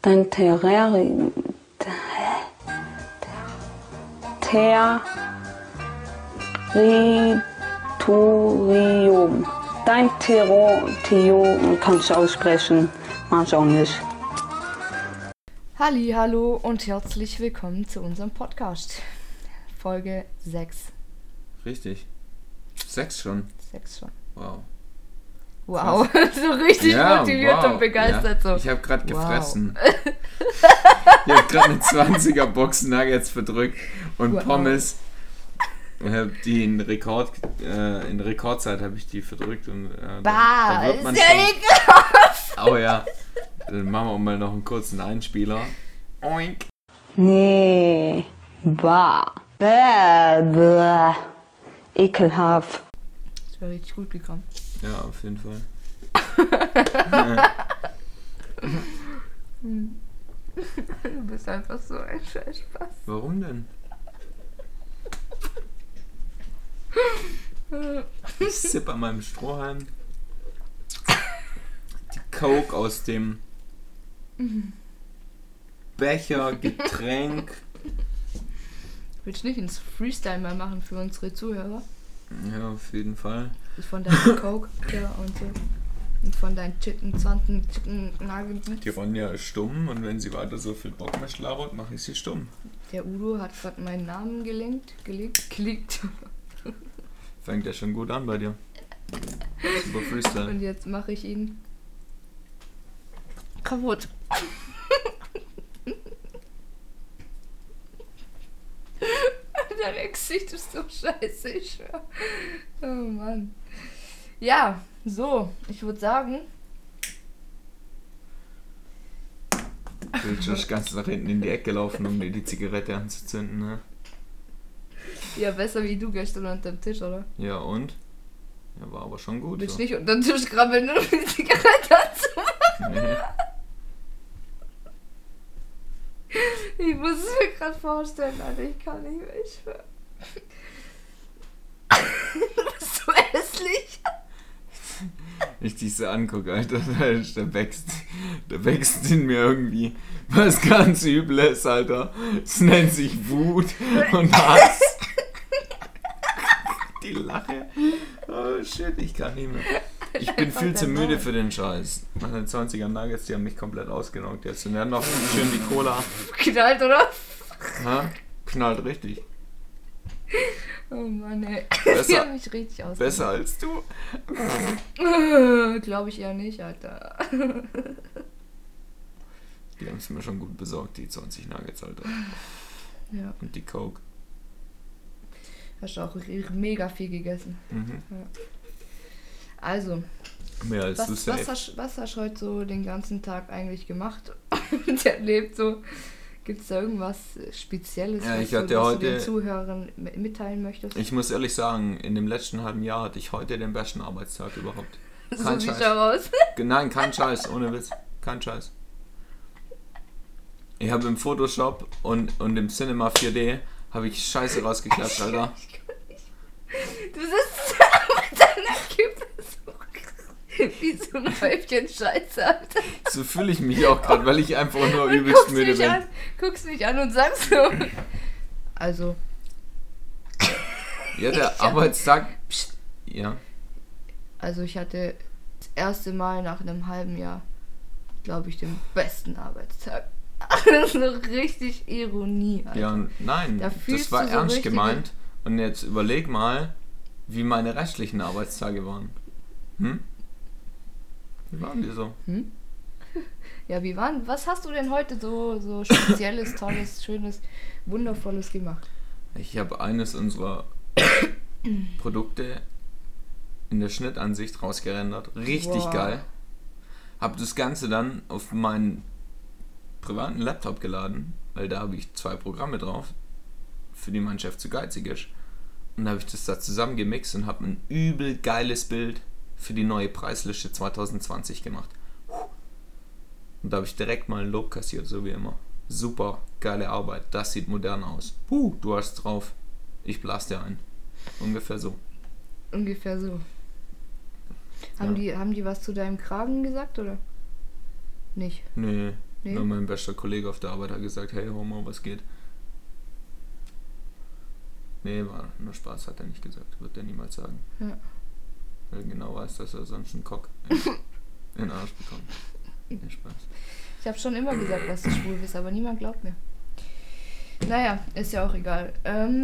dein Terrarium. Territorium. Dein Territorium kannst du aussprechen, manchmal auch nicht. Hallo und herzlich willkommen zu unserem Podcast. Folge 6. Richtig. 6 schon. 6 schon. Wow. So richtig motiviert und begeistert. Ja. So. Ich habe gerade gefressen. Ich habe gerade eine 20er Box Nuggets verdrückt und Pommes. Die in Rekordzeit habe ich die verdrückt. Und, bah, da wird man ist ja ekelhaft. Oh ja. Dann machen wir mal noch einen kurzen Einspieler. Oink. Nee, bah, bäh, ekelhaft. Das wäre richtig gut gekommen. Ja, auf jeden Fall. Du bist einfach so ein Scheißspaß. Warum denn? Ich sipp an meinem Strohhalm. Die Coke aus dem Becher, Getränk. Willst du nicht ins Freestyle mal machen für unsere Zuhörer? Ja, auf jeden Fall. Das von deinem Coke, ja, und so. Und von deinen Chicken Nuggets. Die Ronja ist stumm und wenn sie weiter so viel Bock mehr schlabert, mache ich sie stumm. Der Udo hat gerade meinen Namen gelegt. Fängt ja schon gut an bei dir. Super Freestyle. Und jetzt mache ich ihn kaputt. Dein Gesicht ist so scheiße, ich schwör. Oh Mann. Ja, so, ich würde sagen. Du bist schon ganz nach hinten in die Ecke laufen, um dir die Zigarette anzuzünden, ne? Ja, besser wie du gestern unter dem Tisch, oder? Ja, und? Ja, war aber schon gut. Willst so. nicht unter den Tisch krabbeln, um die Zigarette anzumachen? Nee. Ich muss es mir gerade vorstellen, Alter, ich kann nicht mehr, ich schwör. Du bist so hässlich. Wenn ich dich so angucke, Alter, da wächst in mir irgendwie was ganz Übles, Alter. Es nennt sich Wut und Hass. Die Lache. Oh shit, ich kann nicht mehr. Ich bin viel zu müde für den Scheiß. Meine 20er Nuggets, die haben mich komplett ausgenockt jetzt. Und dann noch schön die Cola. Knallt, oder? Ha? Knallt richtig. Oh Mann, ey. Besser- Die haben mich richtig ausgenockt. Besser als du. Glaube ich eher nicht, Alter. Die haben es mir schon gut besorgt, die 20 Nuggets, Alter. Ja, Und die Coke. hast du auch mega viel gegessen. Mhm. Ja. Also, Mehr als du safe. was hast du heute so den ganzen Tag eigentlich gemacht und erlebt? So, gibt es da irgendwas Spezielles, Ja, was, ich du, hatte was heute- du den Zuhörern mitteilen möchtest? Ich muss ehrlich sagen, in dem letzten halben Jahr hatte ich heute den besten Arbeitstag überhaupt. So Kein sieht Scheiß. er aus. Nein, kein Scheiß, ohne Witz. Kein Scheiß. Ich habe im Photoshop und im Cinema 4D habe ich Scheiße rausgeklappt, Alter. Du sitzt da mit deiner Kippe so wie so ein Häufchen Scheiße, Alter. So fühle ich mich auch gerade, weil ich einfach nur übelst müde bin. Guckst mich an und sagst so. Also, Ja, der Arbeitstag... Ja. also ich hatte das erste Mal nach einem halben Jahr, glaube ich, den besten Arbeitstag. So richtig Ironie, Alter. Ja, nein, Da fühlst das war du so ernst richtige- gemeint. Und jetzt überleg mal, wie meine restlichen Arbeitstage waren. Hm? Wie waren die so? Ja, was hast du denn heute so Spezielles, Tolles, Schönes, Wundervolles gemacht? Ich habe eines unserer Produkte in der Schnittansicht rausgerendert. Richtig Boah. geil. Habe das Ganze dann auf meinen privaten Laptop geladen, weil da habe ich 2 Programme drauf, für die mein Chef zu geizig ist. Und da habe ich das da zusammengemixt und habe ein übel geiles Bild für die neue Preisliste 2020 gemacht. Und da habe ich direkt mal ein Lob kassiert, so wie immer. Super geile Arbeit, das sieht modern aus. Du hast drauf. Ich blas dir ein. Ungefähr so. Ungefähr so. Haben die was zu deinem Kragen gesagt, oder? Nicht? Nee, Nee. Ja, mein bester Kollege auf der Arbeit hat gesagt, hey Homo, was geht? Nee, war nur Spaß, hat er nicht gesagt. Wird er niemals sagen. Ja. Weil er genau weiß, dass er sonst einen Cock in den Arsch bekommt. Nee, Spaß. Ich habe schon immer gesagt, dass du schwul bist, aber niemand glaubt mir. Naja, ist ja auch egal.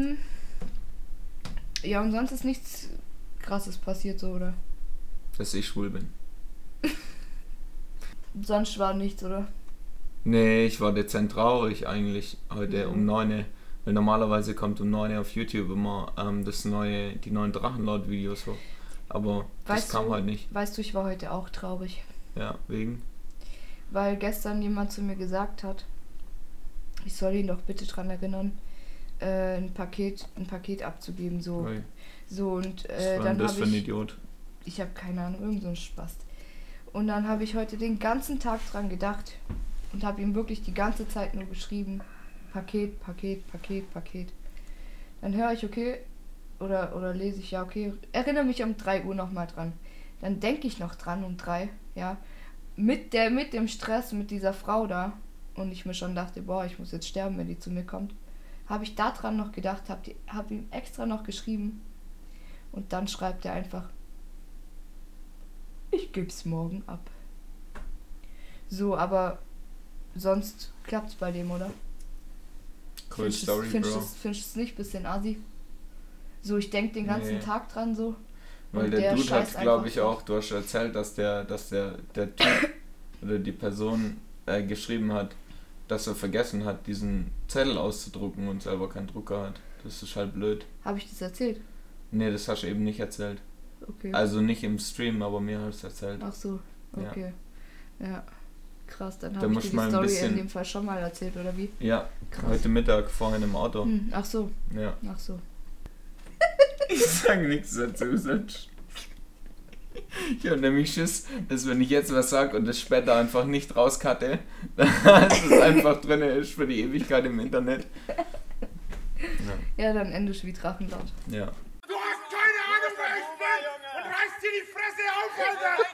Ja, und sonst ist nichts Krasses passiert, so, oder? Dass ich schwul bin. Sonst war nichts, oder? Nee, ich war dezent traurig eigentlich heute um 9 Uhr. Weil normalerweise kommt um 9 Uhr auf YouTube immer die neuen Drachenlord-Videos hoch. Aber das kam halt nicht. Weißt du, ich war heute auch traurig. Ja, wegen? Weil gestern jemand zu mir gesagt hat, ich soll ihn doch bitte dran erinnern, ein Paket abzugeben. So, Ui. so und Was war dann das habe für ein Idiot? ich habe keine Ahnung, irgend so ein Spaß. Und dann habe ich heute den ganzen Tag dran gedacht und habe ihm wirklich die ganze Zeit nur geschrieben, Paket. Dann höre ich, okay, oder lese ich, ja, okay, erinnere mich um 3 Uhr nochmal dran. Dann denke ich noch dran um 3, ja, mit dem Stress, mit dieser Frau da. Und ich mir schon dachte, boah, ich muss jetzt sterben, wenn die zu mir kommt. Habe ich daran noch gedacht, habe ihm extra noch geschrieben. Und dann schreibt er einfach, ich geb's morgen ab. So, aber sonst klappt's bei dem, oder? Cool Story, Bro. Findest du es nicht ein bisschen assi? So, ich denke den ganzen Tag dran so. Weil und der Dude scheißt hat, glaube einfach ich, auch, du hast erzählt, dass der Typ oder die Person geschrieben hat, dass er vergessen hat, diesen Zettel auszudrucken und selber keinen Drucker hat. Das ist halt blöd. Habe ich das erzählt? Nee, das hast du eben nicht erzählt. Okay. Also nicht im Stream, aber mir hast du erzählt. Ach so, okay. Ja. Krass, dann Da habe ich muss dir die mal ein Story bisschen- in dem Fall schon mal erzählt, oder wie? Ja, Krass. heute Mittag vorhin im Auto. Ach so, Ja. ach so. Ich sag nichts dazu, sonst. Ich habe nämlich Schiss, dass wenn ich jetzt was sag und das später einfach nicht rauskatte, dass es einfach drin ist für die Ewigkeit im Internet. Ja, dann endest wie Drachenlord. Ja. Du hast keine Ahnung, wer ich bin und reißt dir die Fresse auf, Alter!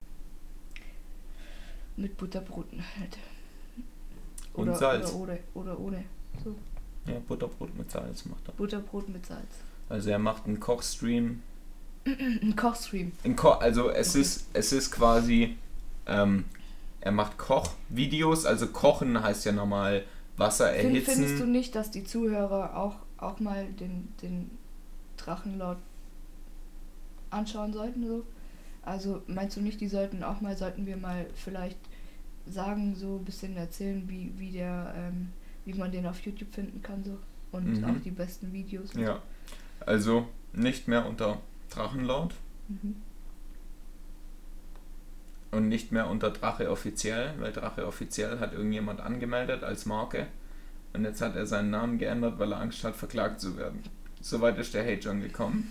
Mit Butterbroten halt. Und Salz. Oder ohne. So. Ja, Butterbrot mit Salz macht er. Butterbrot mit Salz. Also er macht einen Kochstream. Ein Kochstream. Es ist quasi, er macht Kochvideos, also kochen heißt ja normal Wasser erhitzen. Findest du nicht, dass die Zuhörer auch mal den Drachenlord anschauen sollten? So? Also meinst du nicht, sollten wir mal vielleicht sagen, so ein bisschen erzählen, wie man den auf YouTube finden kann so und auch die besten Videos. Und Ja, also nicht mehr unter Drachenlord und nicht mehr unter Drache offiziell, weil Drache offiziell hat irgendjemand angemeldet als Marke und jetzt hat er seinen Namen geändert, weil er Angst hat, verklagt zu werden. Soweit ist der Hate schon gekommen.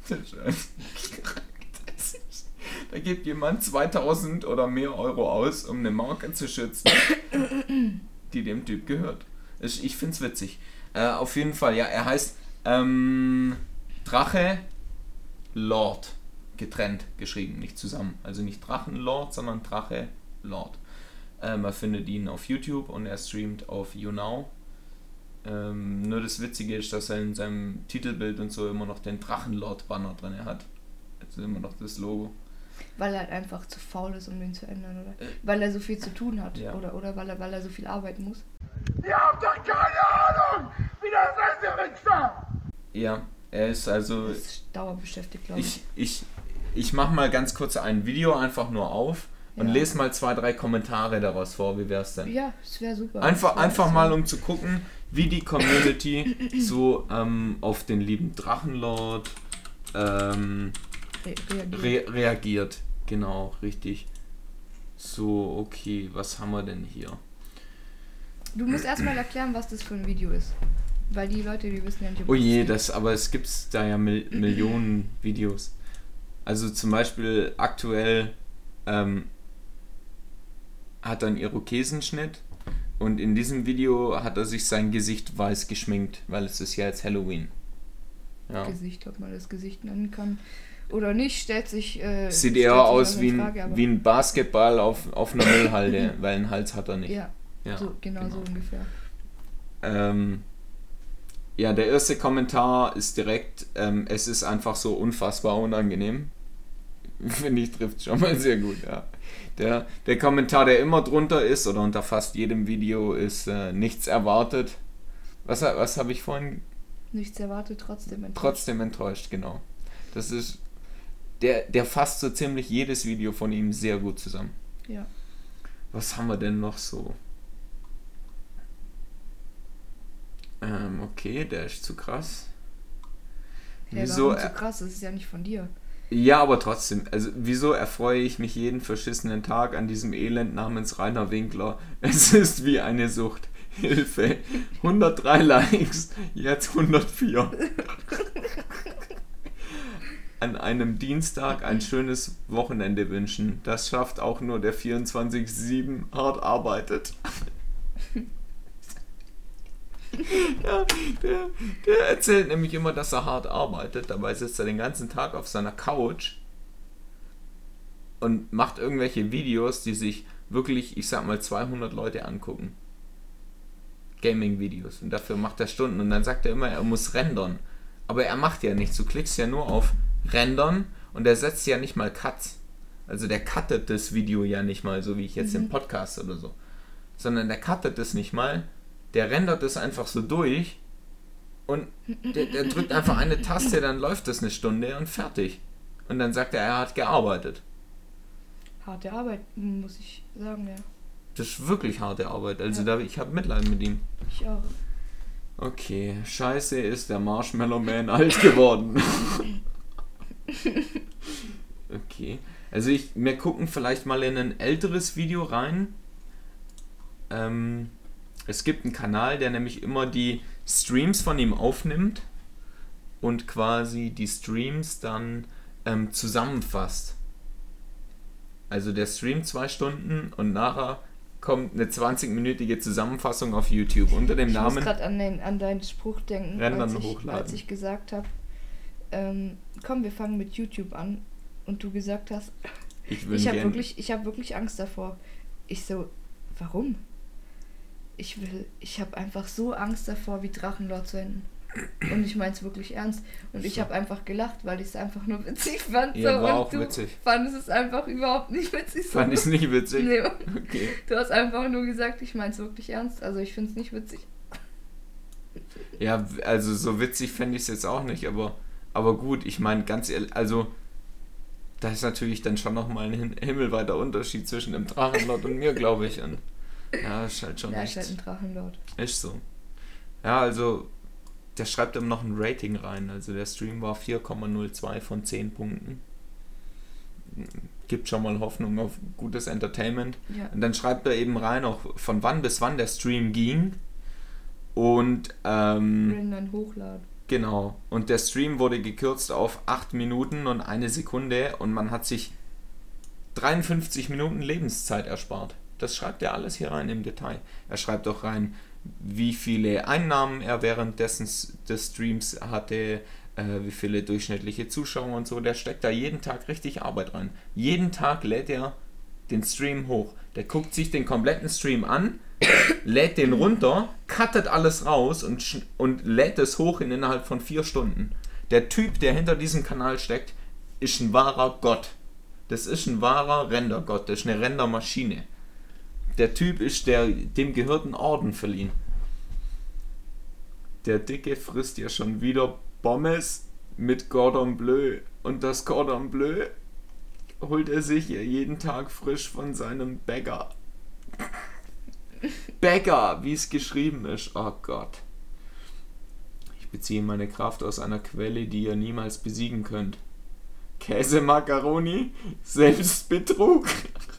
Da gibt jemand 2000 oder mehr Euro aus, um eine Marke zu schützen, die dem Typ gehört. Ich find's witzig. Auf jeden Fall, ja, er heißt Drache Lord. Getrennt geschrieben, nicht zusammen. Also nicht Drachenlord, sondern Drache Lord. Man findet ihn auf YouTube und er streamt auf YouNow. Nur das Witzige ist, dass er in seinem Titelbild und so immer noch den Drachenlord-Banner drin hat. Also immer noch das Logo. Weil er halt einfach zu faul ist, um den zu ändern, oder? Weil er so viel zu tun hat, Ja. oder weil er so viel arbeiten muss. Ihr habt doch keine Ahnung, wie das ist, ihr Wichser! Ja, er ist also... Das ist dauerbeschäftigt, glaube ich. Ich mache mal ganz kurz ein Video einfach nur auf und Ja. lese mal 2, 3 Kommentare daraus vor. Wie wär's denn? Ja, das wäre super. Einfach mal, um zu gucken, wie die Community so auf den lieben Drachenlord reagiert. Genau, richtig. So, okay, was haben wir denn hier? Du musst erstmal erklären, was das für ein Video ist. Weil die Leute, die wissen ja nicht, Oh je, geht. aber es gibt da ja Millionen Videos. Also zum Beispiel aktuell hat er einen Irokesenschnitt und in diesem Video hat er sich sein Gesicht weiß geschminkt, weil es ist ja jetzt Halloween. Ja. Gesicht, ob man das Gesicht nennen kann oder nicht, stellt sich Sieht eher aus wie ein Basketball auf einer Müllhalde, weil einen Hals hat er nicht. Ja. Ja, so, genau so ungefähr. Ja, der erste Kommentar ist direkt, es ist einfach so unfassbar unangenehm. Finde ich, trifft schon mal sehr gut, ja. Der Kommentar, der immer drunter ist, oder unter fast jedem Video, ist nichts erwartet. Was habe ich vorhin? Nichts erwartet, trotzdem enttäuscht. Trotzdem enttäuscht, genau. Das ist, der fasst so ziemlich jedes Video von ihm sehr gut zusammen. Ja. Was haben wir denn noch so? Okay, der ist zu krass. Hey, Wieso? warum so krass? Das ist ja nicht von dir. Ja, aber trotzdem, also wieso erfreue ich mich jeden verschissenen Tag an diesem Elend namens Rainer Winkler? Es ist wie eine Sucht. Hilfe. 103 Likes, jetzt 104. An einem Dienstag ein schönes Wochenende wünschen. Das schafft auch nur der 24/7 hart arbeitet. Ja, der erzählt nämlich immer, dass er hart arbeitet. Dabei sitzt er den ganzen Tag auf seiner Couch und macht irgendwelche Videos, die sich wirklich, ich sag mal, 200 Leute angucken. Gaming-Videos. Und dafür macht er Stunden. Und dann sagt er immer, er muss rendern. Aber er macht ja nichts. Du klickst ja nur auf Rendern und er setzt ja nicht mal Cuts. Also der cuttet das Video ja nicht mal, so wie ich jetzt im Podcast oder so. Sondern der cuttet es nicht mal. Der rendert es einfach so durch und der drückt einfach eine Taste, dann läuft das eine Stunde und fertig. Und dann sagt er hat gearbeitet. Harte Arbeit, muss ich sagen, ja. Das ist wirklich harte Arbeit. Also Ja. ich habe Mitleid mit ihm. Ich auch. Okay, scheiße ist der Marshmallow Man alt geworden. Okay, also wir gucken vielleicht mal in ein älteres Video rein. Es gibt einen Kanal, der nämlich immer die Streams von ihm aufnimmt und quasi die Streams dann zusammenfasst. Also der streamt 2 Stunden und nachher kommt eine 20-minütige Zusammenfassung auf YouTube unter dem Ich muss Namen gerade an deinen Spruch denken, Rendern als hochladen. ich gesagt habe, komm, wir fangen mit YouTube an und du gesagt hast, Ich ich habe wirklich Angst davor. Ich so, warum? Ich habe einfach so Angst davor, wie Drachenlord zu enden. Und ich meine es wirklich ernst. Und ich habe einfach gelacht, weil ich es einfach nur witzig fand. Ja, so. war Und auch du witzig. fandest es einfach überhaupt nicht witzig. So. Fand ich es nicht witzig? Nee, Okay. du hast einfach nur gesagt, ich meine es wirklich ernst. Also ich finde es nicht witzig. Ja, also so witzig fände ich es jetzt auch nicht, aber gut, ich meine ganz ehrlich, also da ist natürlich dann schon nochmal ein himmelweiter Unterschied zwischen dem Drachenlord und mir, glaube ich. Und ja, ist halt schon Ja, echt. ist halt ein Drachenlord. Ist so. Ja, also der schreibt ihm noch ein Rating rein. Also der Stream war 4,02 von 10 Punkten. Gibt schon mal Hoffnung auf gutes Entertainment. Ja. Und dann schreibt er eben rein, auch von wann bis wann der Stream ging. Und Rendern hochladen. genau. Und der Stream wurde gekürzt auf 8 Minuten und 1 Sekunde und man hat sich 53 Minuten Lebenszeit erspart. Das schreibt er alles hier rein im Detail. Er schreibt auch rein, wie viele Einnahmen er währenddessen des Streams hatte, wie viele durchschnittliche Zuschauer und so. Der steckt da jeden Tag richtig Arbeit rein. Jeden Tag lädt er den Stream hoch. Der guckt sich den kompletten Stream an, lädt den runter, cuttet alles raus und lädt es hoch innerhalb von 4 Stunden. Der Typ, der hinter diesem Kanal steckt, ist ein wahrer Gott. Das ist ein wahrer Rendergott. Das ist eine Rendermaschine. Der Typ ist dem gehört ein Orden verliehen. Der Dicke frisst ja schon wieder Pommes mit Cordon Bleu. Und das Cordon Bleu holt er sich ja jeden Tag frisch von seinem Bäcker. Bäcker, wie es geschrieben ist. Oh Gott. Ich beziehe meine Kraft aus einer Quelle, die ihr niemals besiegen könnt. Käsemakaroni, Selbstbetrug.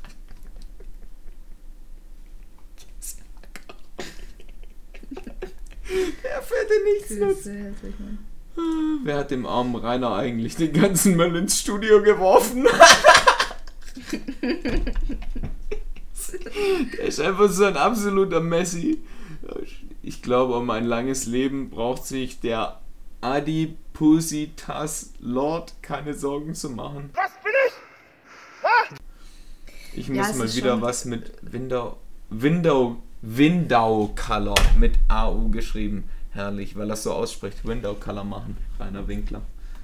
Der fährt nichts Das nutzt. ist sehr hässlich, Mann. Wer hat dem armen Rainer eigentlich den ganzen Müll ins Studio geworfen? Der ist einfach so ein absoluter Messi. Ich glaube, um ein langes Leben braucht sich der Adipositas Lord keine Sorgen zu machen. Was bin ich? Ich Ja, muss es mal ist wieder schon- was mit Window Window Color mit AU geschrieben. Herrlich, weil er so ausspricht. Window Color machen. Rainer Winkler.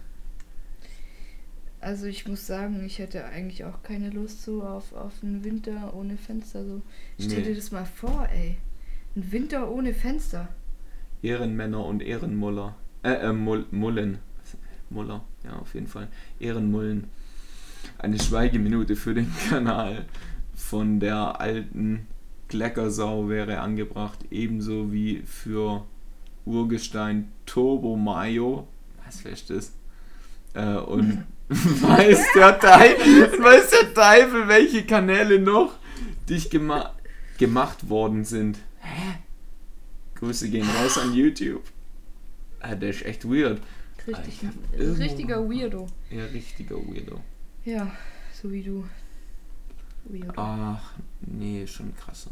Also ich muss sagen, ich hätte eigentlich auch keine Lust so auf einen Winter ohne Fenster. So. Stell dir das mal vor, ey. Ein Winter ohne Fenster. Ehrenmänner und Ehrenmuller. Mullen. Muller, ja, auf jeden Fall. Ehrenmullen. Eine Schweigeminute für den Kanal von der alten Kleckersau wäre angebracht. Ebenso wie für Urgestein Turbo Mayo. Was ist das? Und weiß der Teufel, welche Kanäle noch dich gemacht worden sind. Hä? Grüße gehen raus an YouTube. Der ist echt weird. Richtiger Weirdo. Ja, richtiger Weirdo. Ja, so wie du. Weirdo. Ach, nee, schon krasser.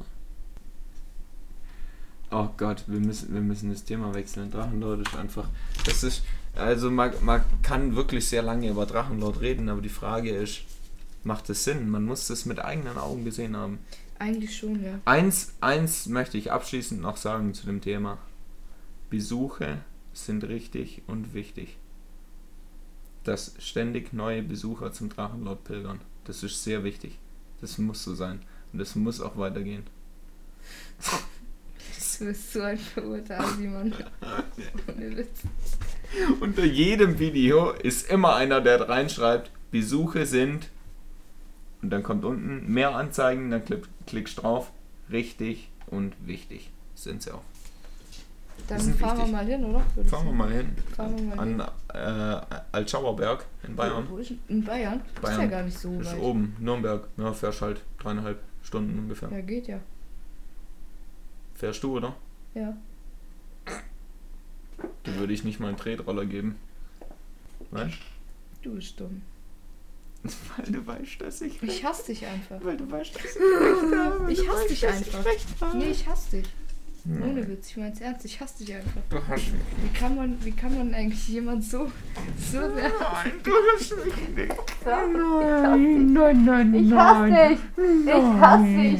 Oh Gott, wir müssen das Thema wechseln. Drachenlord ist einfach... Das ist... Also man kann wirklich sehr lange über Drachenlord reden, aber die Frage ist, macht es Sinn? Man muss das mit eigenen Augen gesehen haben. Eigentlich schon, ja. Eins möchte ich abschließend noch sagen zu dem Thema. Besuche sind richtig und wichtig. Dass ständig neue Besucher zum Drachenlord pilgern. Das ist sehr wichtig. Das muss so sein. Und das muss auch weitergehen. Du bist so ein Verurteiler, Simon. Ohne Witz. Unter jedem Video ist immer einer, der reinschreibt, Besuche sind, und dann kommt unten mehr Anzeigen, dann klickst du drauf, richtig und wichtig sind sie auch. Dann fahren wir mal hin, oder? Fahren wir mal hin. Fahren wir mal hin. An Altschauerberg in Bayern. Wo ist in Bayern? Das ist ja gar nicht so Das weit. ist oben, Nürnberg. Ja, fährst halt 3,5 Stunden ungefähr. Ja, geht ja. Fährst du, oder? Ja. Dann würde ich nicht mal einen Tretroller geben. Weißt Du bist dumm. du? Weil du weißt, dass ich... Ich hasse dich einfach. Weil du weißt, dass ich recht habe. Ich hasse dich einfach. Nee, ich hasse dich. Ja. Ohne Witz, ich mein's ernst, ich hasse dich einfach. Du hast mich. Wie kann man eigentlich jemand so nerven? Nein, du hast mich nicht. Nein, Ich hasse dich! Ich hasse dich!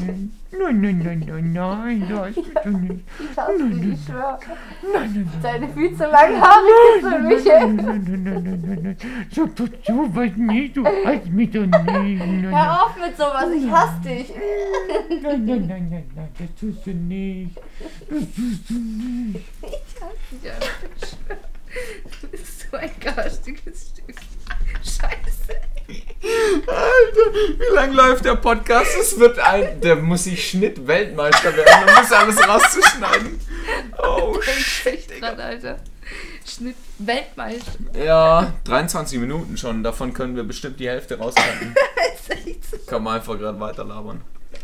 Nein, das bitte nicht. Ich hasse dich, ich schwör. Nein. Deine viel zu langen Haare kitzeln mich, ey. Nein. Sag doch sowas nicht, du hast mich doch nicht. Hör auf mit sowas, ich hasse dich. Nein, das tust du nicht. Das tust du nicht. Ich hasse dich einfach, ich schwör. Du bist so ein garstiges Stück Scheiße. Alter, wie lang läuft der Podcast? Der muss ich Schnitt-Weltmeister werden, um das alles rauszuschneiden. Oh, shit, Grad, Alter. Schnitt Weltmeister. Ja, 23 Minuten schon. Davon können wir bestimmt die Hälfte rauscutten. Ist echt so. Kann man einfach gerade weiterlabern.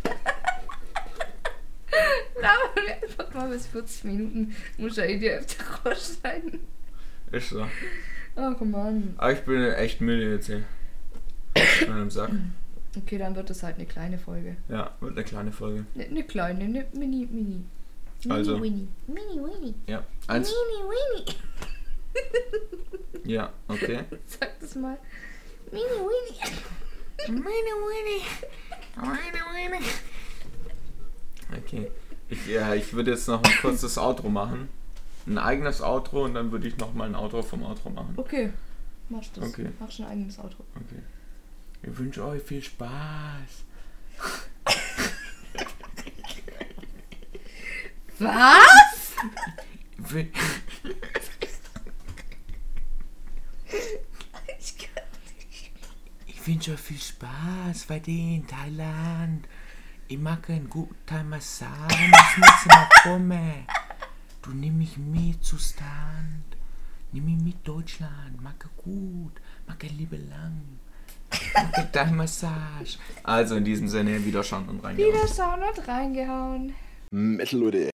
Labern wir einfach mal bis 40 Minuten. Muss ja die Hälfte rausschneiden. Ist so. Ach Mann. Aber ich bin echt müde jetzt hier. Ich bin im Sack. Okay, dann wird es halt eine kleine Folge. Ja, wird eine kleine Folge. Eine kleine, eine Mini. Also. Mini. Ja, eins. Mini. Ja, okay. Sag das mal. Mini. Okay. Ich würde jetzt noch ein kurzes Outro machen. Ein eigenes Outro und dann würde ich noch mal ein Outro vom Outro machen. Okay. Machst das. Okay. Mach schon ein eigenes Outro. Okay. Ich wünsche euch viel Spaß. Was? Ich wünsche euch viel Spaß bei dir in Thailand. Ich mag einen guten Thai-Massage. Das nächste Mal komme. Du nimm mich mit zu Stand. Nimm mich mit Deutschland. Mag gut. Mag Liebe lang. Mag Thai-Massage. Also in diesem Sinne, Wiederschauen und reingehauen. Wiederschauen und reingehauen. Metal, Leute.